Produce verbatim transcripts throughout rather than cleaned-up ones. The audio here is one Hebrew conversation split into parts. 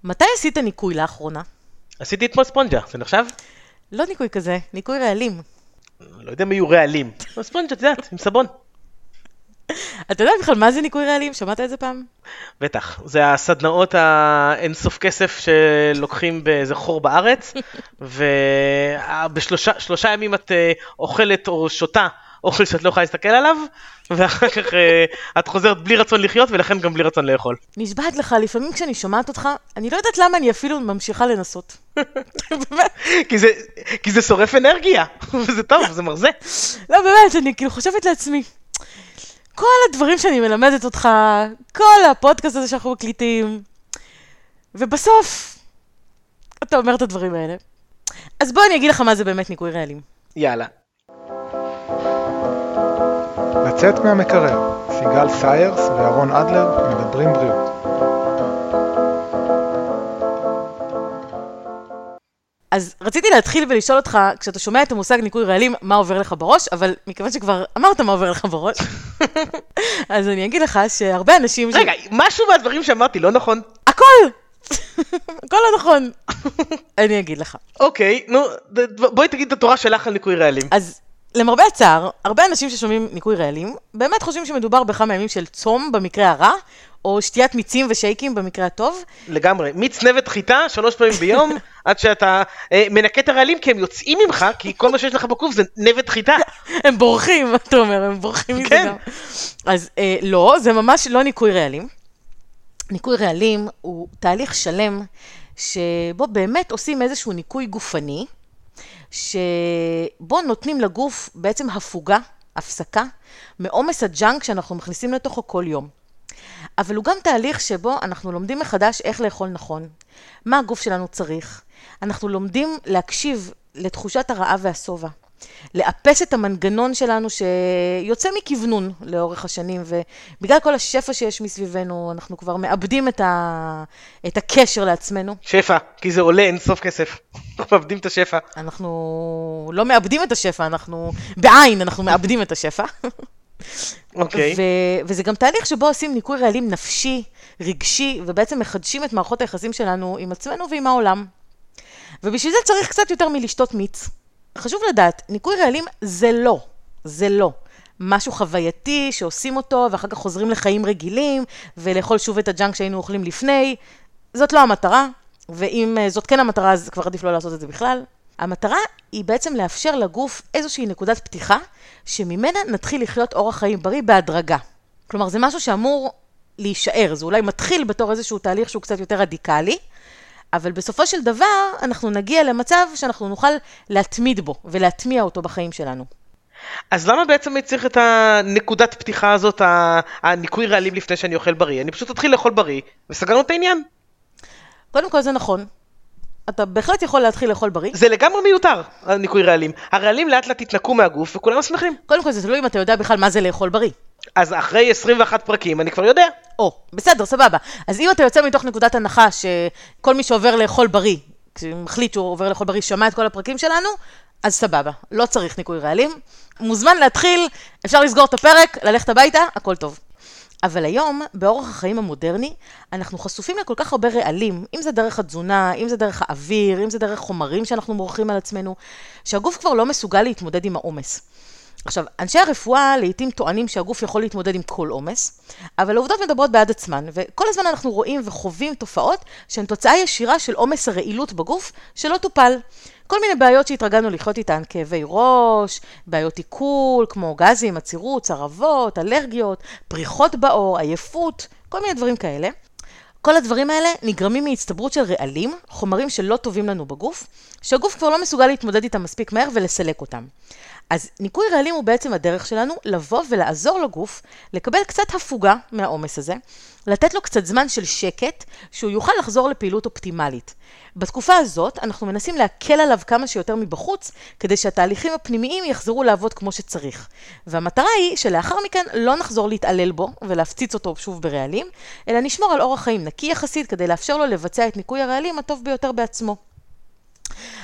מתי עשית ניקוי לאחרונה? עשיתי אתמול ספונג'ה, זה נחשב? לא ניקוי כזה, ניקוי רעלים. לא יודע מי יהיו רעלים. ספונג'ה, את יודעת, עם סבון. אתה יודע בכלל מה זה ניקוי רעלים? שמעת את זה פעם? בטח, זה הסדנאות האינסוף כסף שלוקחים באיזה חור בארץ, ובשלושה שלושה ימים את אוכלת או שותה אוכל שאת לא יכולה להסתכל עליו, ואחר כך את חוזרת בלי רצון לחיות, ולכן גם בלי רצון לאכול. נשבעת לך, לפעמים כשאני שומעת אותך, אני לא יודעת למה אני אפילו ממשיכה לנסות. כי זה, כי זה שורף אנרגיה, וזה טוב, זה מרזה. לא, באמת, אני כאילו חושבת לעצמי, כל הדברים שאני מלמדת אותך, כל הפודקאסט הזה שאנחנו מקליטים, ובסוף, אתה אומר את הדברים האלה. אז בוא אני אגיד לך מה זה באמת ניקוי רעלים. יאללה. לצאת מהמקרר, סיגל סיירס ואהרון אדלר מדברים בריאות. אז רציתי להתחיל ולשאול אותך, כשאתה שומע את המושג ניקוי רעלים, מה עובר לך בראש, אבל מכיוון שכבר אמרת מה עובר לך בראש, אז אני אגיד לך שהרבה אנשים... רגע, ש... משהו מהדברים שאמרתי לא נכון? הכל! הכל לא נכון. אני אגיד לך. אוקיי, נו, בואי תגיד את התורה שלך על ניקוי רעלים. אז למרבה הצער, הרבה אנשים ששומעים ניקוי רעלים, באמת חושבים שמדובר בכמה ימים של צום במקרה הרע, או שתיית מיצים ושייקים במקרה הטוב. לגמרי, מיץ נבט חיטה שלוש פעמים ביום, עד שאתה אה, מנקה את הרעלים, כי הם יוצאים ממך, כי כל מה שיש לך בקוף זה נבט חיטה. הם בורחים, אתה אומר, הם בורחים מזה כן. גם. אז אה, לא, זה ממש לא ניקוי רעלים. ניקוי רעלים הוא תהליך שלם, שבו באמת עושים איזשהו ניקוי גופני, שבו נותנים לגוף בעצם הפוגה, הפסקה, מעומס הג'אנק שאנחנו מכניסים לתוכו כל יום. אבל הוא גם תהליך שבו אנחנו לומדים מחדש איך לאכול נכון, מה הגוף שלנו צריך. אנחנו לומדים להקשיב לתחושת הרעב והסובה, לאפס את המנגנון שלנו שיוצא מכיוונון לאורך השנים, ובגלל כל השפע שיש מסביבנו, אנחנו כבר מאבדים את, ה... את הקשר לעצמנו. שפע, כי זה עולה אין סוף כסף. אנחנו מאבדים את השפע. אנחנו לא מאבדים את השפע, אנחנו בעין, אנחנו מאבדים את השפע. אוקיי. ו- וזה גם תהליך שבו עושים ניקוי רעלים נפשי, רגשי, ובעצם מחדשים את מערכות היחסים שלנו עם עצמנו ועם העולם. ובשביל זה צריך קצת יותר מלשתות מיץ. חשוב לדעת, ניקוי רעלים זה לא, זה לא. משהו חווייתי שעושים אותו, ואחר כך חוזרים לחיים רגילים, ולאכול שוב את הג'אנק שהיינו אוכלים לפני. זאת לא המטרה, ואם זאת כן המטרה, אז כבר עדיף לא לעשות את זה בכלל. המטרה היא בעצם לאפשר לגוף איזושהי נקודת פתיחה, שממנה נתחיל לחיות אורח חיים בריא בהדרגה. כלומר, זה משהו שאמור להישאר, זה אולי מתחיל בתור איזשהו תהליך שהוא קצת יותר רדיקלי, אבל בסופו של דבר אנחנו נגיע למצב שאנחנו נוכל להתמיד בו, ולהטמיע אותו בחיים שלנו. אז למה בעצם אני צריך את הנקודת פתיחה הזאת, הניקוי רעלים לפני שאני אוכל בריא? אני פשוט אתחיל לאכול בריא, וסגרנו את העניין. קודם כל זה נכון. אתה בהחלט יכול להתחיל לאכול בריא. זה לגמרי מיותר, הניקוי רעלים. הרעלים לאט לאט התנקו מהגוף, וכולם שמחים. קודם כל זה תלוי אם אתה יודע בכלל מה זה לאכול בריא. אז אחרי עשרים ואחת פרקים אני כבר יודע. או, בסדר, סבבה. אז אם אתה יוצא מתוך נקודת הנחה שכל מי שעובר לאכול בריא, כשמחליט שהוא עובר לאכול בריא, שמע את כל הפרקים שלנו, אז סבבה. לא צריך ניקוי רעלים. מוזמן להתחיל, אפשר לסגור את הפרק, ללכת הביתה, הכל טוב. אבל היום, באורח החיים המודרני, אנחנו חשופים לכל כך הרבה רעלים, אם זה דרך התזונה, אם זה דרך האוויר, אם זה דרך חומרים שאנחנו מורחים על עצמנו, שהגוף כבר לא מסוגל להתמודד עם העומס. עכשיו, אנשי הרפואה לעתים טוענים שהגוף יכול להתמודד עם כל עומס, אבל העובדות מדברות בעד עצמן, וכל הזמן אנחנו רואים וחווים תופעות שהן תוצאה ישירה של עומס הרעילות בגוף שלא טופל. כל מיני בעיות שהתרגלנו לחיות איתן, כאבי ראש, בעיות עיכול, כמו גזים, עצירות, צרבות, אלרגיות, פריחות בעור, עייפות, כל מיני דברים כאלה. כל הדברים האלה נגרמים מהצטברות של רעלים, חומרים שלא טובים לנו בגוף, שהגוף כבר לא מסוגל להתמודד איתם מספיק מהר ולסלק אותם. אז ניקוי רעלים הוא בעצם הדרך שלנו לבוא ולעזור לגוף, לקבל קצת הפוגה מהעומס הזה, לתת לו קצת זמן של שקט, שהוא יוכל לחזור לפעילות אופטימלית. בתקופה הזאת אנחנו מנסים להקל עליו כמה שיותר מבחוץ, כדי שהתהליכים הפנימיים יחזרו לעבוד כמו שצריך. והמטרה היא שלאחר מכן לא נחזור להתעלל בו ולהפציץ אותו שוב ברעלים, אלא נשמור על אורח חיים נקי יחסית כדי לאפשר לו לבצע את ניקוי הרעלים הטוב ביותר בעצמו.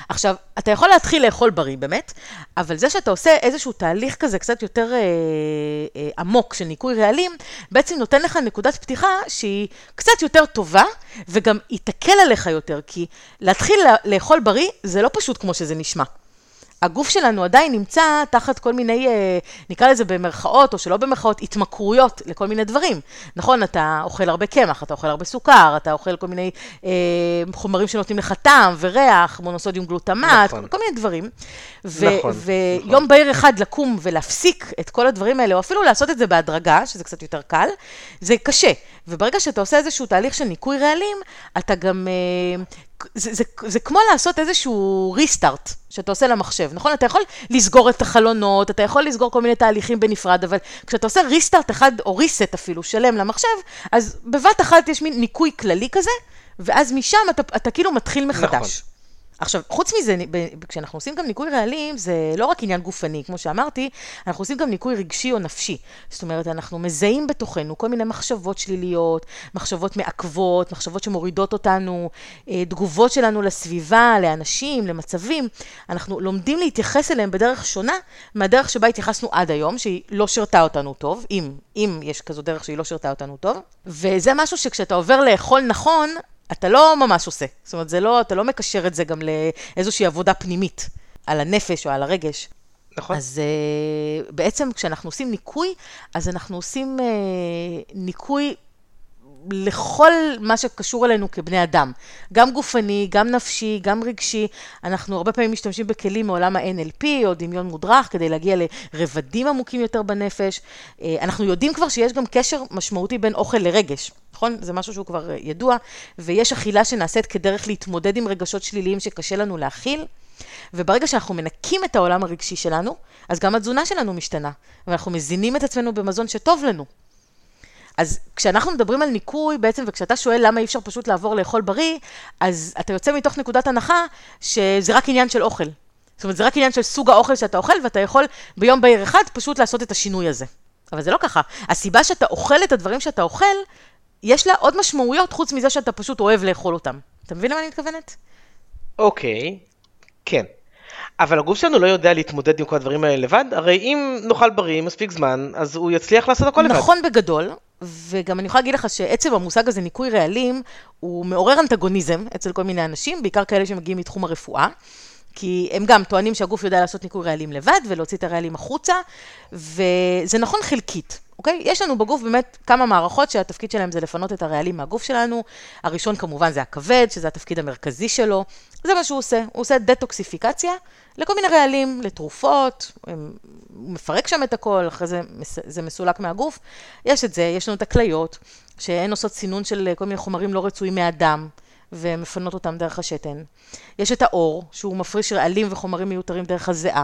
עכשיו, אתה יכול להתחיל לאכול בריא, באמת, אבל זה שאתה עושה איזשהו תהליך כזה קצת יותר אה, אה, עמוק של ניקוי רעלים, בעצם נותן לך נקודת פתיחה שהיא קצת יותר טובה, וגם היא תקל עליך יותר, כי להתחיל לאכול בריא זה לא פשוט כמו שזה נשמע. הגוף שלנו עדיין נמצא תחת כל מיני, נקרא לזה במרכאות או שלא במרכאות, התמכרויות לכל מיני דברים. נכון, אתה אוכל הרבה קמח, אתה אוכל הרבה סוכר, אתה אוכל כל מיני אה, חומרים שנותנים לך טעם וריח, מונוסודיום גלוטמט, נכון. כל מיני דברים. ו- נכון, ויום נכון. בהיר אחד לקום ולהפסיק את כל הדברים האלה, או אפילו לעשות את זה בהדרגה, שזה קצת יותר קל, זה קשה. וברגע שאתה עושה איזשהו תהליך של ניקוי רעלים, אתה גם... אה, זה, זה, זה כמו לעשות איזשהו ריסטארט שאתה עושה למחשב, נכון? אתה יכול לסגור את החלונות, אתה יכול לסגור כל מיני תהליכים בנפרד, אבל כשאתה עושה ריסטארט אחד, או ריסט אפילו, שלם למחשב, אז בבת אחת יש מין ניקוי כללי כזה, ואז משם אתה, אתה כאילו מתחיל מחדש. נכון. עכשיו, חוץ מזה, כשאנחנו עושים גם ניקוי רעלים, זה לא רק עניין גופני, כמו שאמרתי, אנחנו עושים גם ניקוי רגשי או נפשי. זאת אומרת, אנחנו מזהים בתוכנו כל מיני מחשבות שליליות, מחשבות מעכבות, מחשבות שמורידות אותנו, תגובות שלנו לסביבה, לאנשים, למצבים. אנחנו לומדים להתייחס אליהם בדרך שונה מהדרך שבה התייחסנו עד היום, שהיא לא שרתה אותנו טוב, אם, אם יש כזו דרך שהיא לא שרתה אותנו טוב. וזה משהו שכשאתה עובר לאכול נכון, אתה לא ממש עושה. זאת אומרת, זה לא, אתה לא מקשר את זה גם לאיזושהי עבודה פנימית, על הנפש או על הרגש. נכון. אז uh, בעצם כשאנחנו עושים ניקוי, אז אנחנו עושים uh, ניקוי לכל מה שקשור אלינו כבני אדם. גם גופני, גם נפשי, גם רגשי. אנחנו הרבה פעמים משתמשים בכלים מעולם ה-אן אל פי או דמיון מודרך, כדי להגיע לרבדים עמוקים יותר בנפש. אנחנו יודעים כבר שיש גם קשר משמעותי בין אוכל לרגש. נכון? זה משהו שהוא כבר ידוע, ויש אכילה שנעשית כדרך להתמודד עם רגשות שליליים שקשה לנו להכיל. וברגע שאנחנו מנקים את העולם הרגשי שלנו, אז גם התזונה שלנו משתנה. ואנחנו מזינים את עצמנו במזון שטוב לנו. אז כשאנחנו מדברים על ניקוי בעצם, וכשאתה שואל למה אי אפשר פשוט לעבור לאכול בריא, אז אתה יוצא מתוך נקודת הנחה שזה רק עניין של אוכל. זאת אומרת, זה רק עניין של סוג האוכל שאתה אוכל, ואתה יכול ביום בהיר אחד פשוט לעשות את השינוי הזה. אבל זה לא ככה. הסיבה שאתה אוכל את הדברים שאתה אוכל, יש לה עוד משמעויות חוץ מזה שאתה פשוט אוהב לאכול אותם. אתה מבין למה אני מתכוונת? אוקיי, כן. אבל הגוף שלנו לא יודע להתמודד עם כל הדברים האלה לבד, הרי אם נאכל בריא מספיק זמן, אז הוא יצליח לעשות הכל לבד. נכון בגדול, וגם אני יכולה להגיד לך שעצם המושג הזה, ניקוי רעלים, הוא מעורר אנטגוניזם אצל כל מיני אנשים, בעיקר כאלה שמגיעים מתחום הרפואה, כי הם גם טוענים שהגוף יודע לעשות ניקוי רעלים לבד, ולהוציא את הרעלים החוצה, וזה נכון חלקית. אוקיי? יש לנו בגוף באמת כמה מערכות שהתפקיד שלהם זה לפנות את הרעלים מהגוף שלנו. הראשון כמובן זה הכבד, שזה התפקיד המרכזי שלו. זה מה שהוא עושה. הוא עושה דטוקסיפיקציה לכל מיני רעלים, לתרופות, הוא מפרק שם את הכל, אחרי זה זה מסולק מהגוף. יש את זה, יש לנו את הכליות, שהן עושות סינון של כל מיני חומרים לא רצויים מהדם, ומפנות אותם דרך השתן. יש את האור, שהוא מפריש רעלים וחומרים מיותרים דרך הזיעה.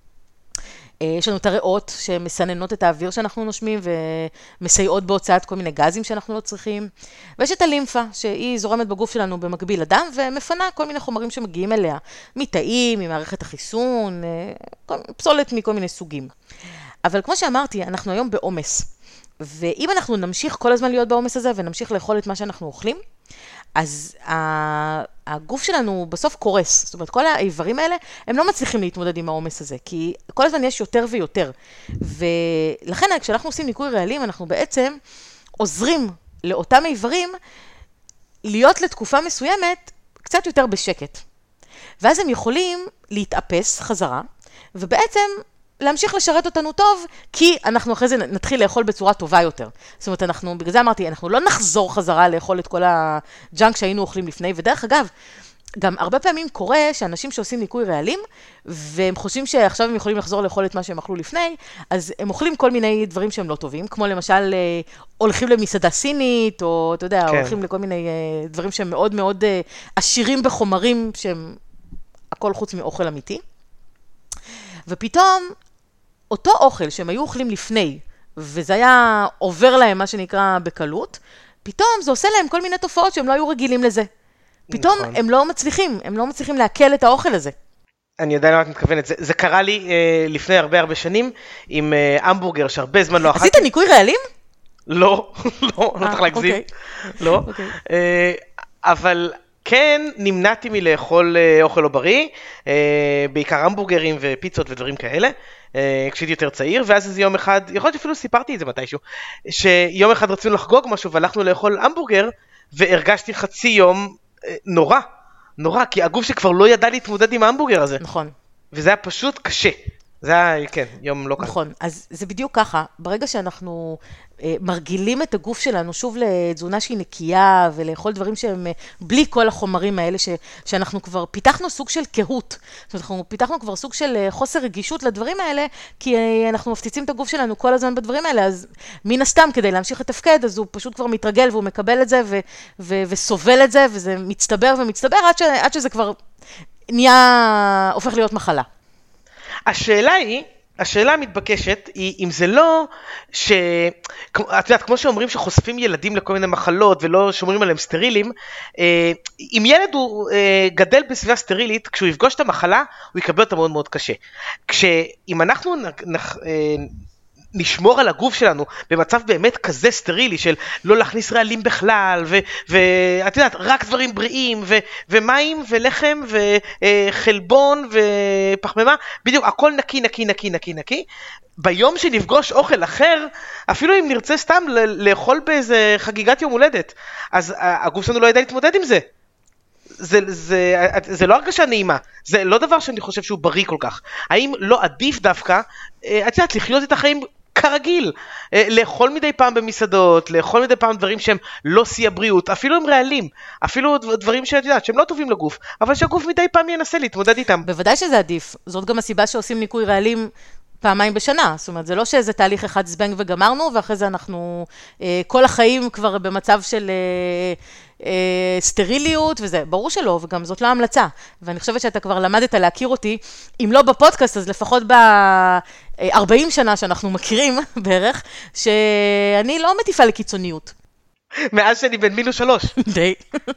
יש לנו את הריאות שמסננות את האוויר שאנחנו נושמים ומסייעות בהוצאת כל מיני גזים שאנחנו לא צריכים. ויש את הלימפה שהיא זורמת בגוף שלנו במקביל לדם ומפנה כל מיני חומרים שמגיעים אליה, מתאים, ממערכת החיסון, פסולת מכל מיני סוגים. אבל כמו שאמרתי, אנחנו היום בעומס. ואם אנחנו נמשיך כל הזמן להיות בעומס הזה ונמשיך לאכול את מה שאנחנו אוכלים, אז הגוף שלנו בסוף קורס. זאת אומרת, כל האיברים האלה, הם לא מצליחים להתמודד עם העומס הזה, כי כל הזמן יש יותר ויותר. ולכן, כשאנחנו עושים ניקוי רעלים, אנחנו בעצם עוזרים לאותם איברים להיות לתקופה מסוימת קצת יותר בשקט. ואז הם יכולים להתאפס חזרה, ובעצם להמשיך לשרת אותנו טוב, כי אנחנו אחרי זה נתחיל לאכול בצורה טובה יותר. זאת אומרת, אנחנו, בגלל זה אמרתי, אנחנו לא נחזור חזרה לאכול את כל הג'אנק שהיינו אוכלים לפני, ודרך אגב, גם הרבה פעמים קורה שאנשים שעושים ניקוי רעלים, והם חושבים שעכשיו הם יכולים לחזור לאכול את מה שהם אכלו לפני, אז הם אוכלים כל מיני דברים שהם לא טובים, כמו למשל, הולכים למסעדה סינית, או אתה יודע, כן. הולכים לכל מיני דברים שהם מאוד מאוד עשירים בחומרים, שהם הכל חוץ מאוכל אמיתי. ופתאום, אותו אוכל שהם היו אוכלים לפני, וזה היה עובר להם מה שנקרא בקלות, פתאום זה עושה להם כל מיני תופעות שהם לא היו רגילים לזה. פתאום נכון. הם לא מצליחים, הם לא מצליחים לעכל את האוכל הזה. אני יודע למה את מתכוונת, זה, זה קרה לי אה, לפני הרבה הרבה שנים, עם אה, המבורגר שהרבה זמן לא אכלתי. עשית ניקוי רעלים? לא, לא, לא צריך להגזים. אוקיי. לא. אוקיי. אה, אבל כן נמנעתי מלאכול אוכל לא בריא, בעיקר המבורגרים ופיצות ודברים כאלה, כשהייתי יותר צעיר, ואז איזה יום אחד, יכול להיות אפילו סיפרתי את זה מתישהו, שיום אחד רצינו לחגוג משהו והלכנו לאכול המבורגר, והרגשתי חצי יום נורא, נורא, כי הגוף שכבר לא ידע להתמודד עם ההמבורגר הזה. נכון. וזה היה פשוט קשה. זה היה, כן, יום לא קל. נכון, אז זה בדיוק ככה. ברגע שאנחנו אה, מרגילים את הגוף שלנו שוב לתזונה שהיא נקייה, ולאכול דברים שהם אה, בלי כל החומרים האלה, ש, שאנחנו כבר פיתחנו סוג של קהות. זאת אומרת, אנחנו פיתחנו כבר סוג של אה, חוסר רגישות לדברים האלה, כי אה, אנחנו מפציצים את הגוף שלנו כל הזמן בדברים האלה, אז מן הסתם כדי להמשיך לתפקד, אז הוא פשוט כבר מתרגל והוא מקבל את זה, ו, ו, וסובל את זה, וזה מצטבר ומצטבר, עד, ש, עד שזה כבר נהיה, הופך להיות מחלה. השאלה היא, השאלה המתבקשת היא אם זה לא ש... את יודעת, כמו שאומרים שחושפים ילדים לכל מיני מחלות ולא שומרים עליהם סטרילים, אם ילד הוא גדל בסביבה סטרילית, כשהוא יפגוש את המחלה, הוא יקבל אותה מאוד מאוד קשה. כשאם אנחנו נח... נשמור על הגוף שלנו במצב באמת כזה סטרילי של לא להכניס רעלים בכלל, ואת יודעת, רק דברים בריאים, ו- ומים ולחם וחלבון ופחמימה, בדיוק, הכל נקי, נקי, נקי, נקי, נקי. ביום שנפגוש אוכל אחר, אפילו אם נרצה סתם לאכול באיזה חגיגת יום הולדת, אז הגוף שלנו לא ידע להתמודד עם זה. זה, זה, זה לא הרגשה נעימה, זה לא דבר שאני חושב שהוא בריא כל כך. האם לא עדיף דווקא, את יודעת, לחיות את החיים כרגיל, לאכול מדי פעם במסעדות, לאכול מדי פעם דברים שהם לא שיא הבריאות, אפילו הם רעלים, אפילו דברים שאת יודעת, שהם לא טובים לגוף, אבל שהגוף מדי פעם ינסה להתמודד איתם. בוודאי שזה עדיף, זאת גם הסיבה שעושים ניקוי רעלים פעמיים בשנה, זאת אומרת, זה לא שזה תהליך אחד זבנג וגמרנו, ואחרי זה אנחנו כל החיים כבר במצב של סטריליות וזה, ברור שלא, וגם זאת לא המלצה, ואני חושבת שאתה כבר למדת להכיר אותי, אם לא בפודקאסט, אז לפחות ב-ארבעים שנה שאנחנו מכירים בערך, שאני לא מטיפה לקיצוניות. מאז שאני בן מינוס שלוש. די.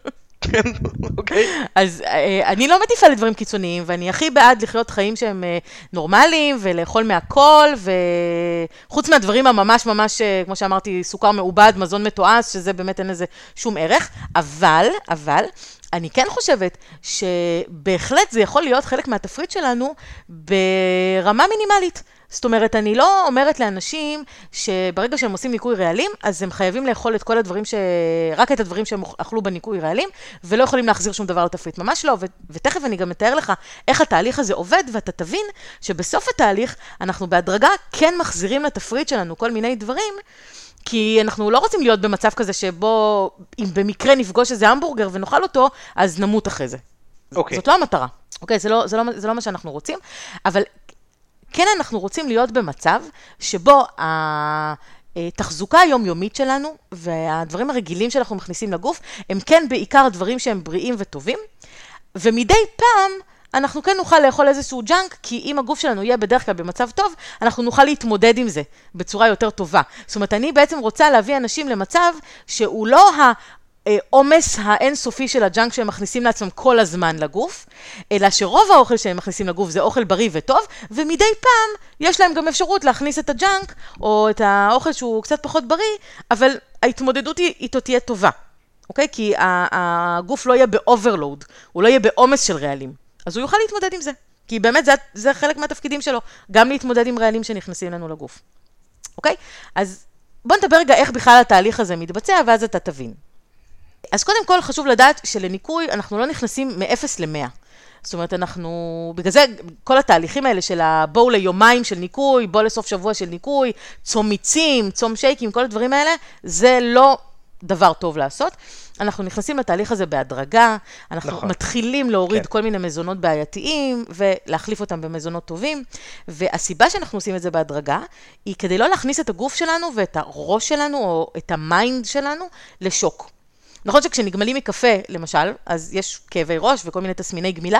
אוקיי. אז אני לא מטיפה לדברים קיצוניים, ואני הכי בעד לחיות חיים שהם נורמליים, ולאכול מהכל, וחוץ מהדברים הממש ממש, כמו שאמרתי, סוכר מעובד, מזון מתועש, שזה באמת אין לזה שום ערך, אבל, אבל, אני כן חושבת שבהחלט זה יכול להיות חלק מהתפריט שלנו ברמה מינימלית. זאת אומרת, אני לא אומרת לאנשים שברגע שהם עושים ניקוי רעלים, אז הם חייבים לאכול את כל הדברים ש... רק את הדברים שהם אכלו בניקוי רעלים, ולא יכולים להחזיר שום דבר לתפריט. ממש לא, ו... ותכף אני גם מתאר לך איך התהליך הזה עובד, ואתה תבין שבסוף התהליך אנחנו בהדרגה כן מחזירים לתפריט שלנו כל מיני דברים, כי אנחנו לא רוצים להיות במצב כזה שבו אם במקרה נפגוש איזה המבורגר ונאכל אותו, אז נמות אחרי זה. אוקיי. זאת לא המטרה. אוקיי, זה לא, זה לא, זה לא מה שאנחנו רוצים, אבל כן אנחנו רוצים להיות במצב שבו התחזוקה היומיומית שלנו והדברים הרגילים שאנחנו מכניסים לגוף, הם כן בעיקר דברים שהם בריאים וטובים, ומדי פעם אנחנו כן נוכל לאכול איזשהו ג'אנק, כי אם הגוף שלנו יהיה בדרך כלל במצב טוב, אנחנו נוכל להתמודד עם זה בצורה יותר טובה. זאת אומרת, אני בעצם רוצה להביא אנשים למצב שהוא לא העומס האינסופי של הג'אנק שהם מכניסים לעצמם כל הזמן לגוף, אלא שרוב האוכל שהם מכניסים לגוף זה אוכל בריא וטוב, ומדי פעם יש להם גם אפשרות להכניס את הג'אנק, או את האוכל שהוא קצת פחות בריא, אבל ההתמודדות איתו תהיה טובה. אוקיי? כי הגוף לא יהיה באוברלוד, הוא לא יהיה בעומס של רעלים. אז הוא יוכל להתמודד עם זה. כי באמת זה, זה חלק מהתפקידים שלו, גם להתמודד עם רעלים שנכנסים לנו לגוף. אוקיי? אז בוא נדבר רגע איך בכלל התהליך הזה מתבצע, ואז אתה תבין. אז קודם כל חשוב לדעת שלניקוי אנחנו לא נכנסים מ-אפס ל-מאה. זאת אומרת, אנחנו, בגלל זה כל התהליכים האלה של הבואו ליומיים של ניקוי, בואו לסוף שבוע של ניקוי, צום מיצים, צום שייקים, כל הדברים האלה, זה לא דבר טוב לעשות. אנחנו נכנסים לתהליך הזה בהדרגה, אנחנו נכון. מתחילים להוריד כן. כל מיני מזונות בעייתיים, ולהחליף אותם במזונות טובים, והסיבה שאנחנו עושים את זה בהדרגה, היא כדי לא להכניס את הגוף שלנו, ואת הראש שלנו, או את המיינד שלנו, לשוק. נכון שכשנגמלים מקפה, למשל, אז יש כאבי ראש, וכל מיני תסמיני גמילה,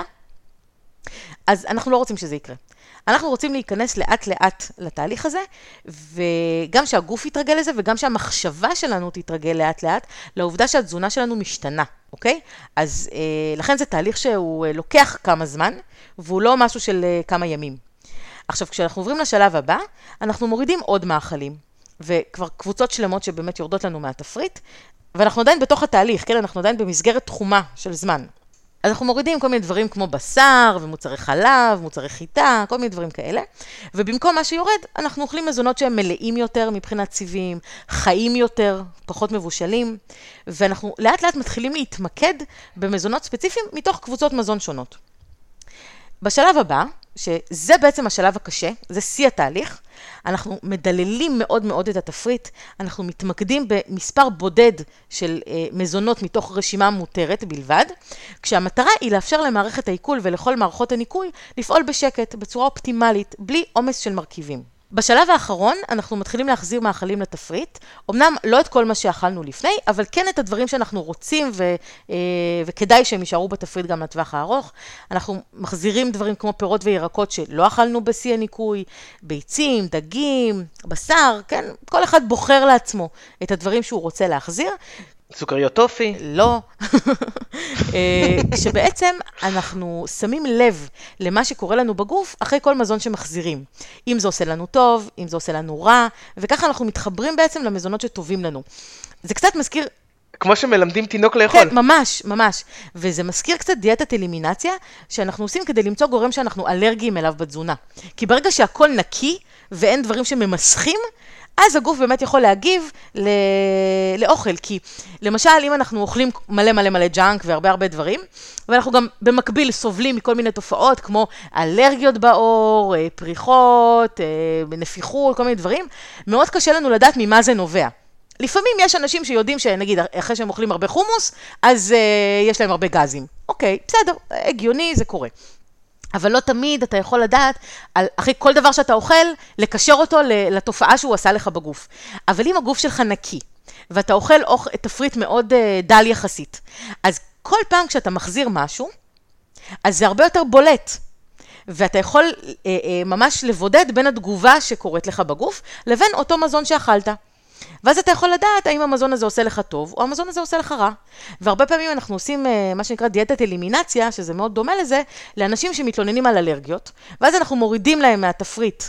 אז אנחנו לא רוצים שזה יקרה. אנחנו רוצים להיכנס לאט לאט לתהליך הזה, וגם שהגוף יתרגל לזה, וגם שהמחשבה שלנו תתרגל לאט לאט, לעובדה שהתזונה שלנו משתנה, אוקיי? אז אה, לכן זה תהליך שהוא אה, לוקח כמה זמן, והוא לא משהו של אה, כמה ימים. עכשיו, כשאנחנו עוברים לשלב הבא, אנחנו מורידים עוד מאכלים. וכבר קבוצות שלמות שבאמת יורדות לנו מהתפריט, ואנחנו עדיין בתוך התהליך, כן? אנחנו עדיין במסגרת תחומה של זמן. אז אנחנו מורידים כל מיני דברים כמו בשר, ומוצרי חלב, מוצרי חיטה, כל מיני דברים כאלה. ובמקום מה שיורד, אנחנו אוכלים מזונות שהם מלאים יותר מבחינת צבעים, חיים יותר, פחות מבושלים, ואנחנו לאט לאט מתחילים להתמקד במזונות ספציפיים מתוך קבוצות מזון שונות. בשלב הבא, שזה בעצם השלב הקשה, זה שיא התהליך, אנחנו מדללים מאוד מאוד את התפריט, אנחנו מתמקדים במספר בודד של אה, מזונות מתוך רשימה מותרת בלבד, כשהמטרה היא לאפשר למערכת העיכול ולכל מערכות הניקוי לפעול בשקט, בצורה אופטימלית, בלי עומס של מרכיבים. בשלב האחרון אנחנו מתחילים להחזיר מאכלים לתפריט, אמנם לא את כל מה שאכלנו לפני, אבל כן את הדברים שאנחנו רוצים ו, אה, וכדאי שהם יישארו בתפריט גם לטווח הארוך. אנחנו מחזירים דברים כמו פירות וירקות שלא אכלנו בשיא הניקוי, ביצים, דגים, בשר, כן? כל אחד בוחר לעצמו את הדברים שהוא רוצה להחזיר. סוכריות טופי? לא. כשבעצם אנחנו שמים לב למה שקורה לנו בגוף אחרי כל מזון שמחזירים. אם זה עושה לנו טוב, אם זה עושה לנו רע, וככה אנחנו מתחברים בעצם למזונות שטובים לנו. זה קצת מזכיר... כמו שמלמדים תינוק לאכול. כן, ממש, ממש. וזה מזכיר קצת דיאטת אלימינציה, שאנחנו עושים כדי למצוא גורם שאנחנו אלרגיים אליו בתזונה. כי ברגע שהכל נקי ואין דברים שממסכים, אז הגוף באמת יכול להגיב לא... לאוכל, כי למשל אם אנחנו אוכלים מלא מלא מלא ג'אנק והרבה הרבה דברים, ואנחנו גם במקביל סובלים מכל מיני תופעות כמו אלרגיות בעור, פריחות, נפיחות, כל מיני דברים, מאוד קשה לנו לדעת ממה זה נובע. לפעמים יש אנשים שיודעים שנגיד אחרי שהם אוכלים הרבה חומוס, אז uh, יש להם הרבה גזים. אוקיי, בסדר, הגיוני, זה קורה. אבל לא תמיד אתה יכול לדעת, על, אחרי כל דבר שאתה אוכל, לקשר אותו לתופעה שהוא עשה לך בגוף. אבל אם הגוף שלך נקי, ואתה אוכל אוכל, תפריט מאוד uh, דל יחסית, אז כל פעם כשאתה מחזיר משהו, אז זה הרבה יותר בולט. ואתה יכול uh, uh, ממש לבודד בין התגובה שקורית לך בגוף, לבין אותו מזון שאכלת. ואז אתה יכול לדעת האם המזון הזה עושה לך טוב, או המזון הזה עושה לך רע. והרבה פעמים אנחנו עושים מה שנקרא דיאטת אלימינציה, שזה מאוד דומה לזה, לאנשים שמתלוננים על אלרגיות, ואז אנחנו מורידים להם מהתפריט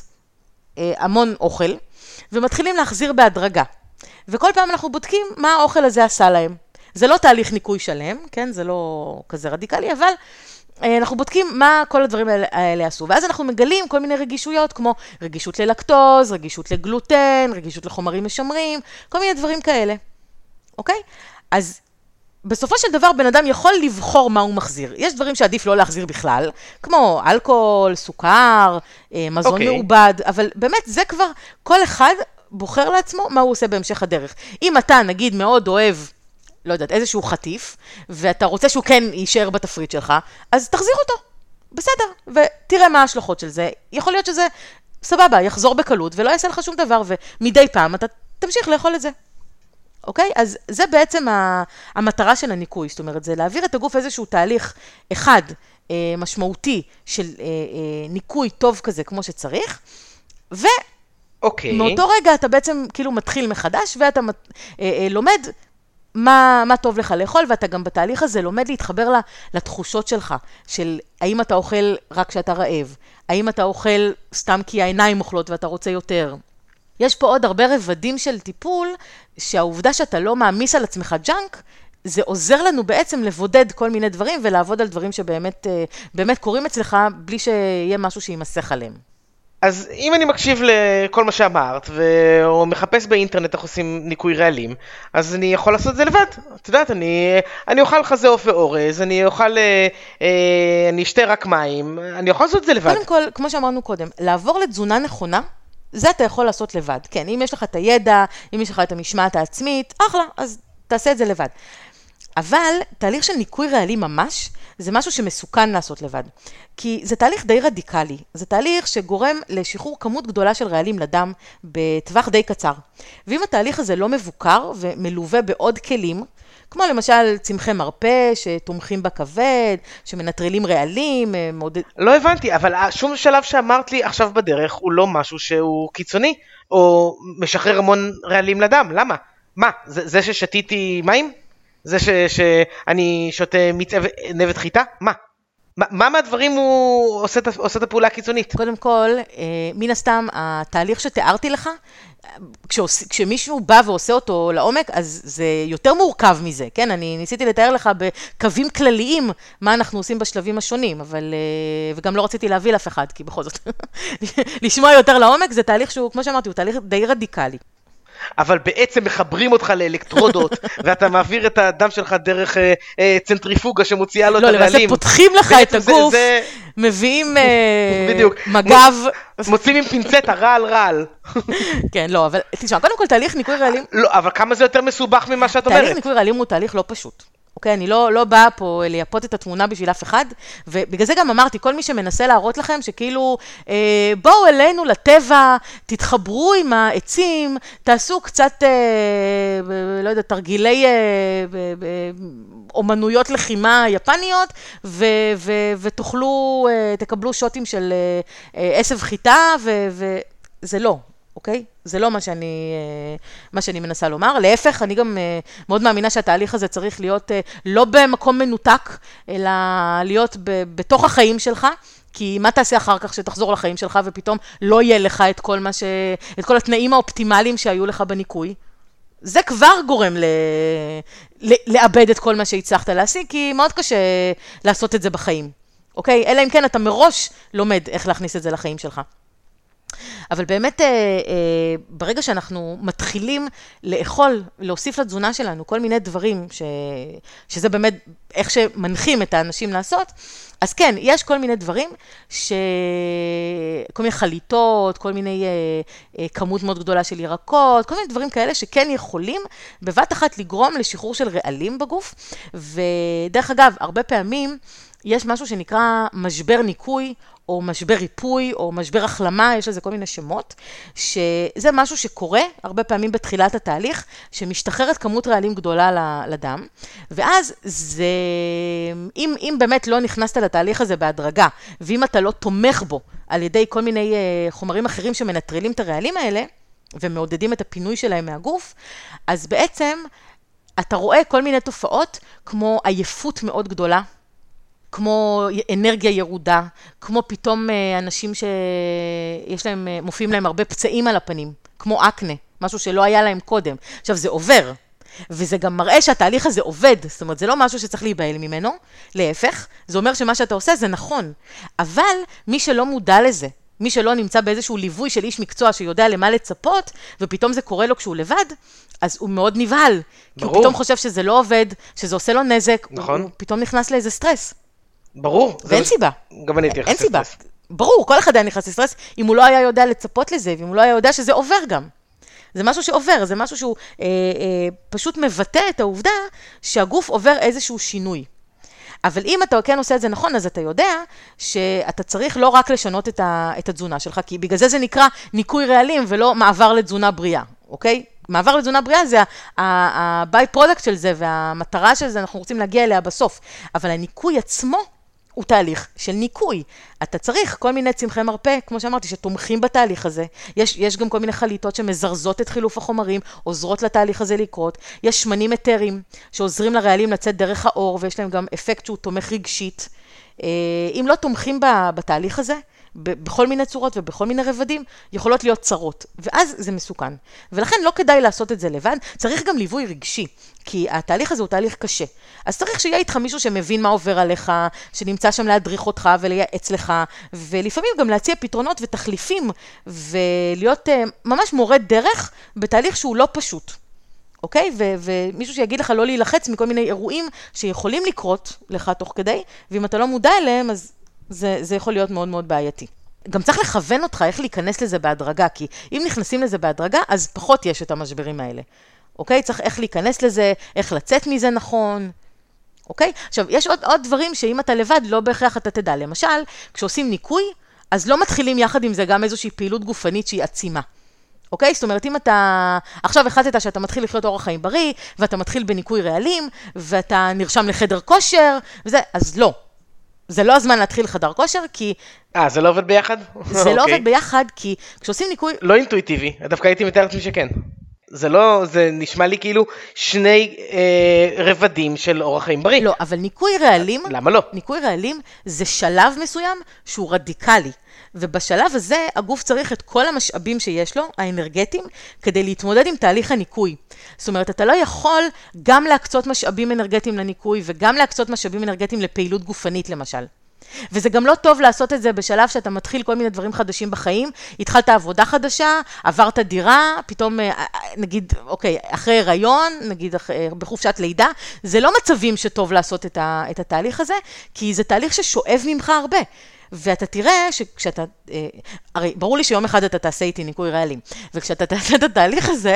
המון אוכל, ומתחילים להחזיר בהדרגה. וכל פעם אנחנו בודקים מה האוכל הזה עשה להם. זה לא תהליך ניקוי שלם, כן? זה לא כזה רדיקלי, אבל אנחנו בודקים מה כל הדברים האלה עשו, ואז אנחנו מגלים כל מיני רגישויות, כמו רגישות ללקטוז, רגישות לגלוטן, רגישות לחומרים משמרים, כל מיני דברים כאלה. אוקיי? אז בסופו של דבר בן אדם יכול לבחור מה הוא מחזיר. יש דברים שעדיף לא להחזיר בכלל, כמו אלכוהול, סוכר, מזון okay. מעובד, אבל באמת זה כבר, כל אחד בוחר לעצמו מה הוא עושה בהמשך הדרך. אם אתה נגיד מאוד אוהב, לא יודעת, איזשהו חטיף, ואתה רוצה שהוא כן יישאר בתפריט שלך, אז תחזיר אותו. בסדר. ותראה מה ההשלכות של זה. יכול להיות שזה סבבה, יחזור בקלות, ולא יעשה לך שום דבר, ומדי פעם אתה תמשיך לאכול את זה. אוקיי? אז זה בעצם המטרה של הניקוי. זאת אומרת, זה להעביר את הגוף איזשהו תהליך אחד, משמעותי, של ניקוי טוב כזה, כמו שצריך, ו... אוקיי. מאותו רגע אתה בעצם כאילו מתחיל מחדש, ואתה לומד מה, מה טוב לך לאכול, ואתה גם בתהליך הזה לומד להתחבר לתחושות שלך, של האם אתה אוכל רק כשאתה רעב, האם אתה אוכל סתם כי העיניים אוכלות ואתה רוצה יותר. יש פה עוד הרבה רבדים של טיפול, שהעובדה שאתה לא מעמיס על עצמך ג'אנק, זה עוזר לנו בעצם לבודד כל מיני דברים, ולעבוד על דברים שבאמת באמת קורים אצלך, בלי שיהיה משהו שימסך עליהם. אז אם אני מקשיב לכל מה שאמרת, או מחפש באינטרנט איך עושים ניקוי רעלים, אז אני יכול לעשות את זה לבד. את יודעת, אני, אני אוכל חזה עוף ואורז, אני אוכל, אה, אני אשתה רק מים, אני יכול לעשות את זה לבד. קודם כל, כמו שאמרנו קודם, לעבור לתזונה נכונה, זה אתה יכול לעשות לבד. כן, אם יש לך את הידע, אם יש לך את המשמעת העצמית, אחלה, אז תעשה את זה לבד. אבל תהליך של ניקוי רעלים ממש, זה משהו שמסוכן לעשות לבד. כי זה תהליך די רדיקלי. זה תהליך שגורם לשחרור כמות גדולה של רעלים לדם בטווח די קצר. ואם התהליך הזה לא מבוקר ומלווה בעוד כלים, כמו למשל צמחי מרפא שתומכים בכבד, שמנטרלים רעלים, מודד... לא הבנתי, אבל שום שלב שאמרת לי עכשיו בדרך הוא לא משהו שהוא קיצוני, או משחרר המון רעלים לדם. למה? מה? זה, זה ששתיתי מים? זה ש, שאני שותה מיץ נבט חיטה? מה? מה, מה מהדברים הוא עושה, עושה את הפעולה הקיצונית? קודם כל, מן הסתם, התהליך שתיארתי לך, כשעוש, כשמישהו בא ועושה אותו לעומק, אז זה יותר מורכב מזה, כן? אני ניסיתי לתאר לך בקווים כלליים מה אנחנו עושים בשלבים השונים, אבל, וגם לא רציתי להביא לאף אחד, כי בכל זאת, לשמוע יותר לעומק, זה תהליך שהוא, כמו שאמרתי, הוא תהליך די רדיקלי. אבל בעצם מחברים אותך לאלקטרודות, ואתה מעביר את הדם שלך דרך אה, אה, צנטריפוגה שמוציאה לו לא, את הרעלים. לא, למעשה פותחים לך את הגוף, זה, זה... מביאים אה, בדיוק. מגב. מוצאים עם פינצטה, רעל רעל. כן, לא, אבל תשמע, קודם כל תהליך ניקוי רעלים... לא, אבל כמה זה יותר מסובך ממה שאת אומרת? תהליך ניקוי רעלים הוא תהליך לא פשוט. אוקיי, אני לא, לא באה פה לייפות את התמונה בשביל אף אחד, ובגלל זה גם אמרתי, כל מי שמנסה להראות לכם שכאילו, אה, בואו אלינו לטבע, תתחברו עם העצים, תעשו קצת, אה, לא יודע, תרגילי אה, אה, אומנויות לחימה יפניות, ו, ו, ותוכלו, אה, תקבלו שוטים של אה, עשב חיטה, וזה לא. אוקיי? זה לא מה שאני, מה שאני מנסה לומר. להפך, אני גם מאוד מאמינה שהתהליך הזה צריך להיות לא במקום מנותק, אלא להיות ב- בתוך החיים שלך, כי מה תעשה אחר כך שתחזור לחיים שלך ופתאום לא יהיה לך את כל מה ש... את כל התנאים האופטימליים שהיו לך בניקוי? זה כבר גורם ל... ל... לאבד את כל מה שהצלחת להשיג, כי מאוד קשה לעשות את זה בחיים. אוקיי? אלא אם כן אתה מראש לומד איך להכניס את זה לחיים שלך. אבל באמת, אה, אה, ברגע שאנחנו מתחילים לאכול, להוסיף לתזונה שלנו כל מיני דברים, ש, שזה באמת איך שמנחים את האנשים לעשות, אז כן, יש כל מיני דברים, ש... כל מיני חליטות, כל מיני אה, אה, כמות מאוד גדולה של ירקות, כל מיני דברים כאלה שכן יכולים בבת אחת לגרום לשחרור של רעלים בגוף, ודרך אגב, הרבה פעמים יש משהו שנקרא משבר ניקוי, או משבר ריפוי, או משבר החלמה, יש לזה כל מיני שמות, שזה משהו שקורה הרבה פעמים בתחילת התהליך, שמשתחררת כמות רעלים גדולה לדם, ואז זה, אם, אם באמת לא נכנסת לתהליך הזה בהדרגה, ואם אתה לא תומך בו על ידי כל מיני חומרים אחרים שמנטרלים את הרעלים האלה, ומעודדים את הפינוי שלהם מהגוף, אז בעצם אתה רואה כל מיני תופעות, כמו עייפות מאוד גדולה, כמו אנרגיה ירודה, כמו פתאום אנשים שיש להם, מופיעים להם הרבה פצעים על הפנים, כמו אקנה, משהו שלא היה להם קודם. עכשיו, זה עובר, וזה גם מראה שהתהליך הזה עובד, זאת אומרת, זה לא משהו שצריך להיבהל ממנו, להפך, זה אומר שמה שאתה עושה זה נכון, אבל מי שלא מודע לזה, מי שלא נמצא באיזשהו ליווי של איש מקצוע שיודע למה לצפות, ופתאום זה קורה לו כשהוא לבד, אז הוא מאוד נבהל, כי הוא פתאום חושב שזה לא עובד, שזה עושה לו נזק, נכון. הוא פתאום נכנס לאיזה סטרס. ברור. ואין סיבה. גם אני הייתי נכנס לסטרס. ברור, כל אחד היה נכנס לסטרס, אם הוא לא היה יודע לצפות לזה, ואם הוא לא היה יודע שזה עובר גם. זה משהו שעובר, זה משהו שהוא אה, אה, פשוט מבטא את העובדה שהגוף עובר איזשהו שינוי. אבל אם אתה כן עושה את זה נכון, אז אתה יודע שאתה צריך לא רק לשנות את, ה, את התזונה שלך, כי בגלל זה זה נקרא ניקוי רעלים ולא מעבר לתזונה בריאה, אוקיי? מעבר לתזונה בריאה זה ה-by product של זה, והמטרה של זה אנחנו רוצים להגיע אליה בסוף. אבל הניקוי עצמו הוא תהליך של ניקוי. אתה צריך כל מיני צמחי מרפא, כמו שאמרתי, שתומכים בתהליך הזה. יש, יש גם כל מיני חליטות שמזרזות את חילוף החומרים, עוזרות לתהליך הזה לקרות. יש שמנים אתרים שעוזרים לרעלים לצאת דרך האור, ויש להם גם אפקט שהוא תומך רגשית. אם לא תומכים בתהליך הזה, בכל מיני צורות ובכל מיני רבדים, יכולות להיות צרות, ואז זה מסוכן. ולכן לא כדאי לעשות את זה לבד, צריך גם ליווי רגשי, כי התהליך הזה הוא תהליך קשה. אז צריך שיהיה איתך מישהו שמבין מה עובר עליך, שנמצא שם להדריך אותך ולייעץ לך, ולפעמים גם להציע פתרונות ותחליפים, ולהיות ממש מורה דרך בתהליך שהוא לא פשוט. אוקיי? ו- ומישהו שיגיד לך לא להילחץ מכל מיני אירועים שיכולים לקרות לך תוך כדי, ואם אתה לא מודע אליהם, אז זה, זה יכול להיות מאוד מאוד בעייתי. גם צריך לכוון אותך איך להיכנס לזה בהדרגה, כי אם נכנסים לזה בהדרגה, אז פחות יש את המשברים האלה. אוקיי? צריך איך להיכנס לזה, איך לצאת מזה נכון. אוקיי? עכשיו, יש עוד, עוד דברים שאם אתה לבד, לא בהכרח אתה תדע. למשל, כשעושים ניקוי, אז לא מתחילים יחד עם זה גם איזושהי פעילות גופנית שהיא עצימה. אוקיי? זאת אומרת, אם אתה עכשיו החלטת שאתה מתחיל לחיות אורח חיים בריא, ואתה מתחיל בניקוי רעלים, ואתה נרשם לחדר כושר, וזה, אז לא. זה לא הזמן להתחיל חדר כושר, כי... אה, זה לא עובד ביחד? זה לא עובד ביחד, כי כשעושים ניקוי... לא אינטואיטיבי, דווקא הייתי מתאר לעצמי שכן. זה לא, זה נשמע לי כאילו שני אה, רבדים של אורח חיים בריא. לא, אבל ניקוי רעלים, למה לא? ניקוי רעלים זה שלב מסוים שהוא רדיקלי, ובשלב הזה הגוף צריך את כל המשאבים שיש לו, האנרגטיים, כדי להתמודד עם תהליך הניקוי. זאת אומרת, אתה לא יכול גם להקצות משאבים אנרגטיים לניקוי, וגם להקצות משאבים אנרגטיים לפעילות גופנית למשל. וזה גם לא טוב לעשות את זה בשלב שאתה מתחיל כל מיני דברים חדשים בחיים, התחלת עבודה חדשה, עברת דירה, פתאום נגיד, אוקיי, אחרי הריון, נגיד בחופשת לידה, זה לא מצבים שטוב לעשות את, ה, את התהליך הזה, כי זה תהליך ששואב ממך הרבה. ואתה תראה שכשאתה, הרי ברור לי שיום אחד אתה תעשה איתי ניקוי רעלים, וכשאתה תעשה את התהליך הזה,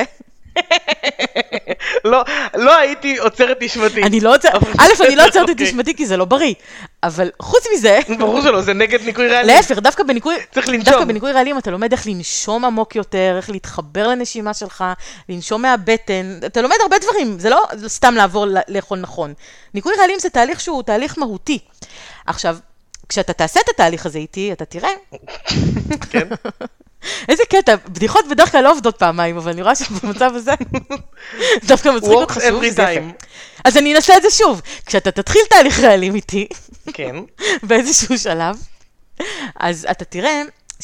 לא, לא הייתי עוצרת נשמתי. אני לא עוצרת, א', אני לא עוצרת את נשמתי כי זה לא בריא, אבל חוץ מזה, ברור שלא, זה נגד ניקוי רעלים. להפך, דווקא בניקוי, צריך לנשום. דווקא בניקוי רעלים אתה לומד איך לנשום עמוק יותר, איך להתחבר לנשימה שלך, לנשום מהבטן, אתה לומד הרבה דברים, זה לא סתם לעבור לאכול נכון. ניקוי רעלים זה תהליך שהוא תהליך מהותי. עכשיו, כשאתה תעשה את התהליך הזה איתי, אתה תראה. כן. איזה קטע, בדיחות בדרך כלל לא עובדות פעמיים, אבל אני רואה שבמצב הזה דווקא מצחיק אותך שוב, זה יפה. אז אני אנסה את זה שוב. כשאתה תתחיל תהליך רעלים איתי, כן. באיזשהו שלב, אז אתה תראה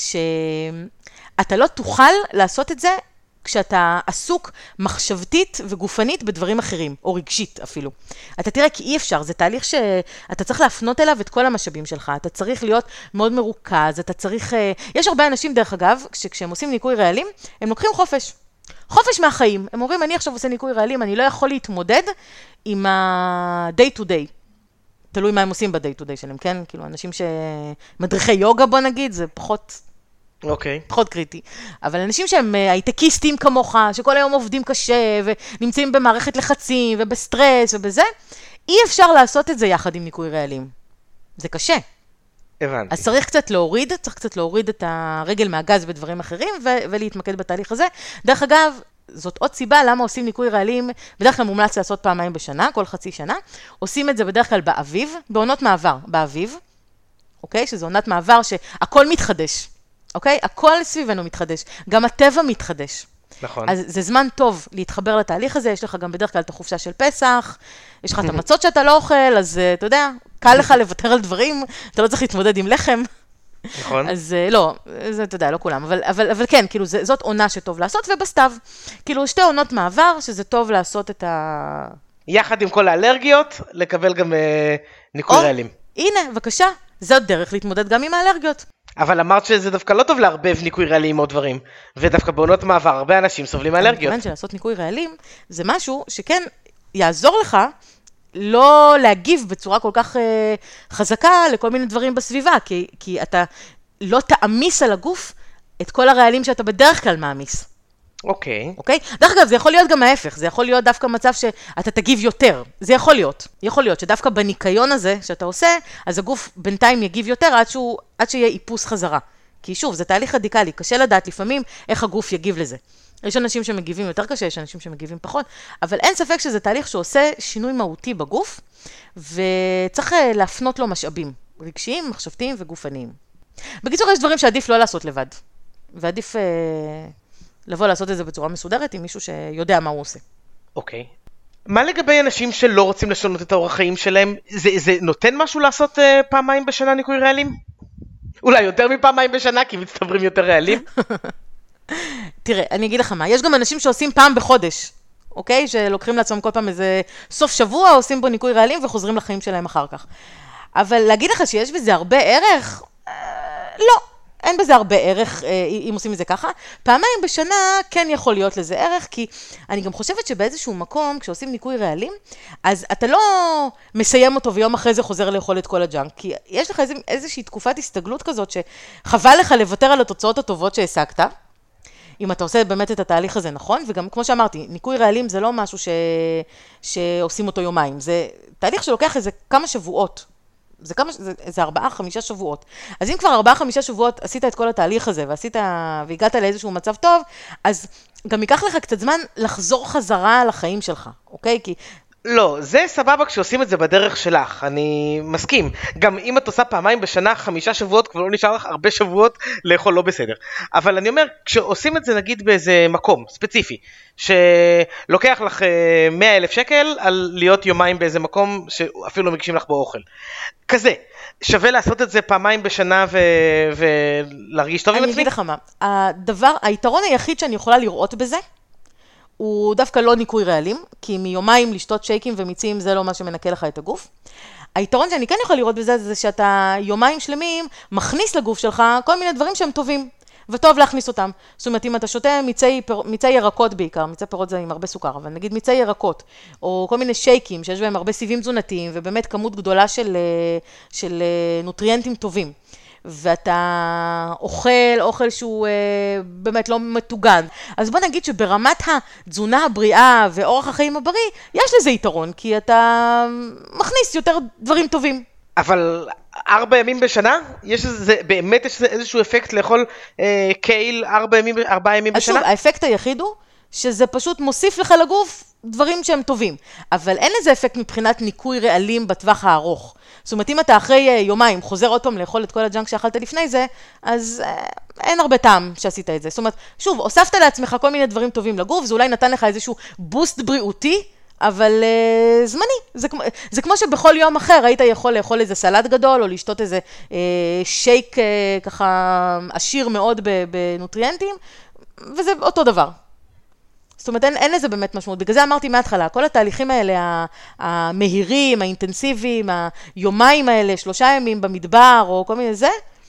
שאתה לא תוכל לעשות את זה כשאתה עסוק מחשבתית וגופנית בדברים אחרים, או רגשית אפילו. אתה תראה כי אי אפשר, זה תהליך שאתה צריך להפנות אליו את כל המשאבים שלך, אתה צריך להיות מאוד מרוכז, אתה צריך, יש הרבה אנשים דרך אגב, כשהם עושים ניקוי רעלים, הם לוקחים חופש. חופש מהחיים. הם אומרים, אני עכשיו עושה ניקוי רעלים, אני לא יכול להתמודד עם ה-day to day. תלוי מה הם עושים ב-day to day שלהם, כן? כאילו, אנשים שמדריכי יוגה, בוא נגיד, זה פחות... אוקיי. Okay. פחות קריטי. אבל אנשים שהם הייטקיסטים כמוך, שכל היום עובדים קשה, ונמצאים במערכת לחצים, ובסטרס, ובזה, אי אפשר לעשות את זה יחד עם ניקוי רעלים. זה קשה. הבנתי. אז צריך קצת להוריד, צריך קצת להוריד את הרגל מהגז בדברים אחרים, ו- ולהתמקד בתהליך הזה. דרך אגב, זאת עוד סיבה למה עושים ניקוי רעלים, בדרך כלל מומלץ לעשות פעמיים בשנה, כל חצי שנה. עושים את זה בדרך כלל באביב, בעונות מעבר, באביב, אוקיי? שזו עונת מעבר שהכל מתחדש. אוקיי? הכל סביבנו מתחדש, גם הטבע מתחדש. נכון. אז זה זמן טוב להתחבר לתהליך הזה, יש לך גם בדרך כלל את החופשה של פסח, יש לך את המצות שאתה לא אוכל, אז אתה יודע, קל לך לוותר על דברים, אתה לא צריך להתמודד עם לחם. נכון. אז לא, זה אתה יודע, לא כולם, אבל, אבל, אבל כן, כאילו זה, זאת עונה שטוב לעשות, ובסתיו, כאילו שתי עונות מעבר, שזה טוב לעשות את ה... יחד עם כל האלרגיות, לקבל גם אה, ניקוי רעלים. הנה, בבקשה, זאת דרך להתמודד גם עם האלרגיות. אבל אמרת שזה דווקא לא טוב לערבב ניקוי רעלים עם עוד דברים, ודווקא בעונות מעבר הרבה אנשים סובלים מאלרגיות. אני מתכוון שלעשות ניקוי רעלים זה משהו שכן יעזור לך לא להגיב בצורה כל כך אה, חזקה לכל מיני דברים בסביבה, כי, כי אתה לא תעמיס על הגוף את כל הרעלים שאתה בדרך כלל מעמיס. אוקיי. אוקיי? דרך אגב, זה יכול להיות גם ההפך, זה יכול להיות דווקא מצב שאתה תגיב יותר. זה יכול להיות. יכול להיות שדווקא בניקיון הזה שאתה עושה, אז הגוף בינתיים יגיב יותר עד, שהוא, עד שיהיה איפוס חזרה. כי שוב, זה תהליך רדיקלי, קשה לדעת לפעמים איך הגוף יגיב לזה. יש אנשים שמגיבים יותר קשה, יש אנשים שמגיבים פחות, אבל אין ספק שזה תהליך שעושה שינוי מהותי בגוף, וצריך להפנות לו משאבים, רגשיים, מחשבתיים וגופניים. בקיצור, יש דברים שעדיף לא לעשות לבד, ועדיף... לבוא לעשות את זה בצורה מסודרת עם מישהו שיודע מה הוא עושה. אוקיי. מה לגבי אנשים שלא רוצים לשנות את האורח חיים שלהם? זה, זה נותן משהו לעשות uh, פעמיים בשנה ניקוי רעלים? אולי יותר מפעמיים בשנה, כי מצטברים יותר רעלים? תראה, אני אגיד לך מה, יש גם אנשים שעושים פעם בחודש, אוקיי? שלוקחים לעצמם כל פעם איזה סוף שבוע, עושים בו ניקוי רעלים וחוזרים לחיים שלהם אחר כך. אבל להגיד לך שיש בזה הרבה ערך? אה, לא. אין בזה הרבה ערך, אם עושים את זה ככה. פעמיים בשנה כן יכול להיות לזה ערך, כי אני גם חושבת שבאיזשהו מקום, כשעושים ניקוי רעלים, אז אתה לא מסיים אותו ויום אחרי זה חוזר לאכול את כל הג'אנק, כי יש לך איזו, איזושהי תקופת הסתגלות כזאת, שחבל לך לוותר על התוצאות הטובות שהעסקת, אם אתה עושה באמת את התהליך הזה נכון, וגם כמו שאמרתי, ניקוי רעלים זה לא משהו ש... שעושים אותו יומיים, זה תהליך שלוקח איזה כמה שבועות, זה כמה, זה, זה ארבעה, חמישה שבועות. אז אם כבר ארבעה, חמישה שבועות עשית את כל התהליך הזה, ועשית, והגעת לאיזשהו מצב טוב, אז גם ייקח לך קצת זמן לחזור חזרה לחיים שלך, אוקיי? כי לא, זה סבבה כשעושים את זה בדרך שלך, אני מסכים. גם אם את עושה פעמיים בשנה, חמישה שבועות, כבר לא נשאר לך הרבה שבועות לאכול לא בסדר. אבל אני אומר, כשעושים את זה נגיד באיזה מקום ספציפי, שלוקח לך מאה אלף שקל על להיות יומיים באיזה מקום שאפילו לא מגישים לך בו אוכל. כזה, שווה לעשות את זה פעמיים בשנה ו... ולהרגיש טוב עם עצמי? אני אגיד לך מה, הדבר, היתרון היחיד שאני יכולה לראות בזה, הוא דווקא לא ניקוי רעלים, כי מיומיים לשתות שייקים ומיצים זה לא מה שמנקה לך את הגוף. היתרון שאני כן יכולה לראות בזה, זה שאתה יומיים שלמים מכניס לגוף שלך כל מיני דברים שהם טובים, וטוב להכניס אותם. זאת אומרת, אם אתה שותה מיצי, מיצי ירקות בעיקר, מיצי פירות זה עם הרבה סוכר, אבל נגיד מיצי ירקות, או כל מיני שייקים שיש בהם הרבה סיבים תזונתיים, ובאמת כמות גדולה של, של נוטריאנטים טובים. ואתה אוכל, אוכל שהוא אה, באמת לא מטוגן. אז בוא נגיד שברמת התזונה הבריאה ואורח החיים הבריא, יש לזה יתרון, כי אתה מכניס יותר דברים טובים. אבל ארבע ימים בשנה? יש איזה, באמת יש איזשהו אפקט לאכול אה, קייל ארבע ימים, ארבע ימים בשנה? אז שוב, האפקט היחיד הוא שזה פשוט מוסיף לך לגוף דברים שהם טובים. אבל אין לזה אפקט מבחינת ניקוי רעלים בטווח הארוך. זאת אומרת, אם אתה אחרי יומיים חוזר עוד פעם לאכול את כל הג'אנק שאכלת לפני זה, אז אה, אין הרבה טעם שעשית את זה. זאת אומרת, שוב, הוספת לעצמך כל מיני דברים טובים לגוף, זה אולי נתן לך איזשהו בוסט בריאותי, אבל אה, זמני. זה, זה כמו שבכל יום אחר היית יכול לאכול איזה סלט גדול, או לשתות איזה אה, שייק אה, ככה עשיר מאוד בנוטריאנטים, וזה אותו דבר. זאת אומרת, אין, אין לזה באמת משמעות. בגלל זה אמרתי מההתחלה, כל התהליכים האלה, המהירים, האינטנסיביים, היומיים האלה, שלושה ימים במדבר, או כל מיני זה,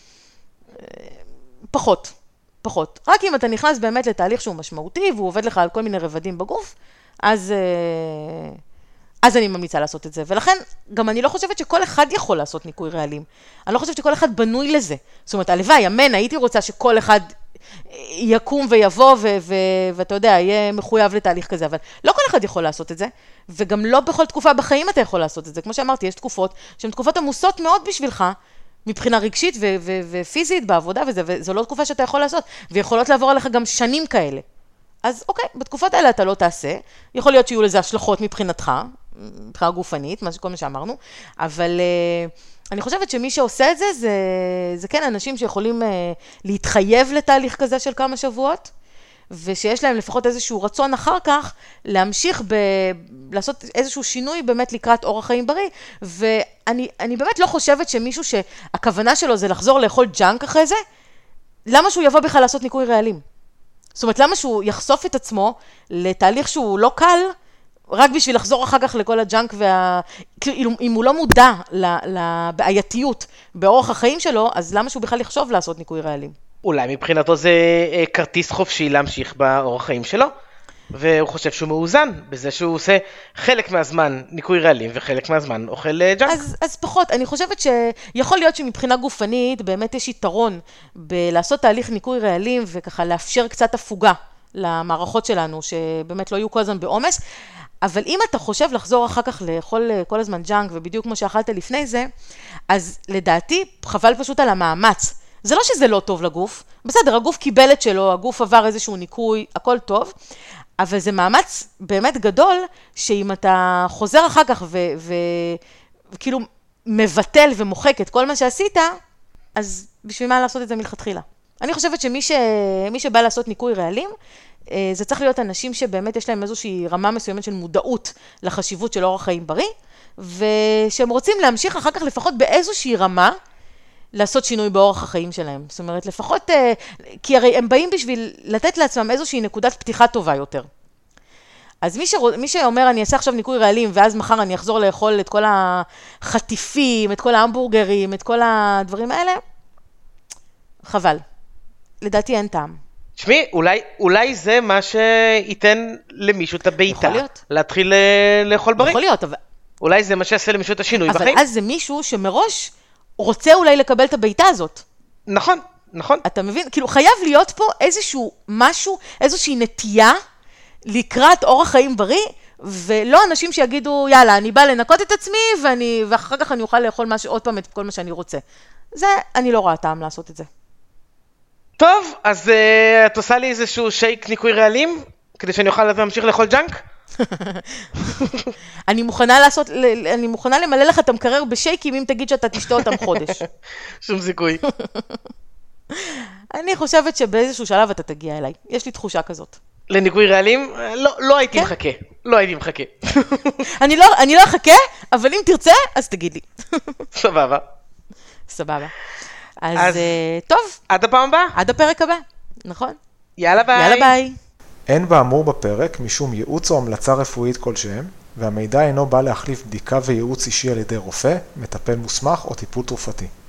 פחות, פחות. רק אם אתה נכנס באמת לתהליך שהוא משמעותי, והוא עובד לך על כל מיני רבדים בגוף, אז, אז אני ממליצה לעשות את זה. ולכן, גם אני לא חושבת שכל אחד יכול לעשות ניקוי רעלים. אני לא חושבת שכל אחד בנוי לזה. זאת אומרת, הלוואי, אמן, הייתי רוצה שכל אחד יקום ויבוא, ו- ו- ואתה יודע, יהיה מחויב לתהליך כזה, אבל לא כל אחד יכול לעשות את זה, וגם לא בכל תקופה בחיים אתה יכול לעשות את זה. כמו שאמרתי, יש תקופות שהן תקופות עמוסות מאוד בשבילך, מבחינה רגשית ו- ו- ופיזית בעבודה, וזה, וזו לא תקופה שאתה יכול לעשות, ויכולות לעבור עליך גם שנים כאלה. אז אוקיי, בתקופות האלה אתה לא תעשה, יכול להיות שיהיו לזה השלכות מבחינתך, מבחינה גופנית, כל מה שאמרנו, אבל אני חושבת שמי שעושה את זה, זה, זה כן אנשים שיכולים להתחייב לתהליך כזה של כמה שבועות, ושיש להם לפחות איזשהו רצון אחר כך, להמשיך ב... לעשות איזשהו שינוי באמת לקראת אורח חיים בריא, ואני אני באמת לא חושבת שמישהו שהכוונה שלו זה לחזור לאכול ג'אנק אחרי זה, למה שהוא יבוא בכלל לעשות ניקוי רעלים? זאת אומרת, למה שהוא יחשוף את עצמו לתהליך שהוא לא קל, רק בשביל לחזור אחר כך לכל הג'אנק, וה... כאילו, אם הוא לא מודע לבעייתיות באורח החיים שלו, אז למה שהוא בכלל יחשוב לעשות ניקוי רעלים? אולי מבחינתו זה כרטיס חופשי להמשיך באורח חיים שלו, והוא חושב שהוא מאוזן בזה שהוא עושה חלק מהזמן ניקוי רעלים, וחלק מהזמן אוכל ג'אנק. אז, אז פחות, אני חושבת שיכול להיות שמבחינה גופנית באמת יש יתרון בלעשות תהליך ניקוי רעלים, וככה לאפשר קצת הפוגה למערכות שלנו, שבאמת לא יהיו כל הזמן בעומס, אבל אם אתה חושב לחזור אחר כך לאכול כל הזמן ג'אנק, ובדיוק כמו שאכלת לפני זה, אז לדעתי חבל פשוט על המאמץ. זה לא שזה לא טוב לגוף, בסדר, הגוף קיבל את שלו, הגוף עבר איזשהו ניקוי, הכל טוב, אבל זה מאמץ באמת גדול, שאם אתה חוזר אחר כך וכאילו מבטל ומוחק את כל מה שעשית, אז בשביל מה לעשות את זה מלכתחילה? אני חושבת שמי ש... מי שבא לעשות ניקוי רעלים, זה צריך להיות אנשים שבאמת יש להם איזושהי רמה מסוימת של מודעות לחשיבות של אורח חיים בריא, ושהם רוצים להמשיך אחר כך לפחות באיזושהי רמה, לעשות שינוי באורח החיים שלהם. זאת אומרת, לפחות, כי הרי הם באים בשביל לתת לעצמם איזושהי נקודת פתיחה טובה יותר. אז מי, שרוא, מי שאומר, אני אעשה עכשיו ניקוי רעלים, ואז מחר אני אחזור לאכול את כל החטיפים, את כל ההמבורגרים, את כל הדברים האלה, חבל. לדעתי אין טעם. תשמעי, אולי, אולי זה מה שייתן למישהו את הביתה. להתחיל לאכול בריא. יכול להיות, אבל... אולי זה מה שיעשה למישהו את השינוי אבל בחיים. אז זה מישהו שמראש רוצה אולי לקבל את הביתה הזאת. נכון, נכון. אתה מבין? כאילו חייב להיות פה איזשהו משהו, איזושהי נטייה לקראת אורח חיים בריא, ולא אנשים שיגידו, יאללה, אני באה לנקות את עצמי, ואני, ואחר כך אני אוכל לאכול משהו, עוד פעם את כל מה שאני רוצה. זה, אני לא רואה טעם לעשות את זה. טוב, אז uh, את עושה לי איזשהו שייק ניקוי רעלים, כדי שאני אוכל להמשיך לאכול ג'אנק? אני מוכנה לעשות, אני מוכנה למלא לך את המקרר בשייקים אם תגיד שאתה תשתה אותם חודש. שום סיכוי. אני חושבת שבאיזשהו שלב אתה תגיע אליי. יש לי תחושה כזאת. לניקוי רעלים? לא, לא הייתי מחכה. לא הייתי מחכה. אני לא, אני לא אחכה, אבל אם תרצה, אז תגיד לי. סבבה. סבבה. אז, טוב. עד הפעם הבאה? עד הפרק הבא, נכון? יאללה ביי. יאללה ביי. אין באמור בפרק משום ייעוץ או המלצה רפואית כלשהם, והמידע אינו בא להחליף בדיקה וייעוץ אישי על ידי רופא, מטפל מוסמך או טיפול תרופתי.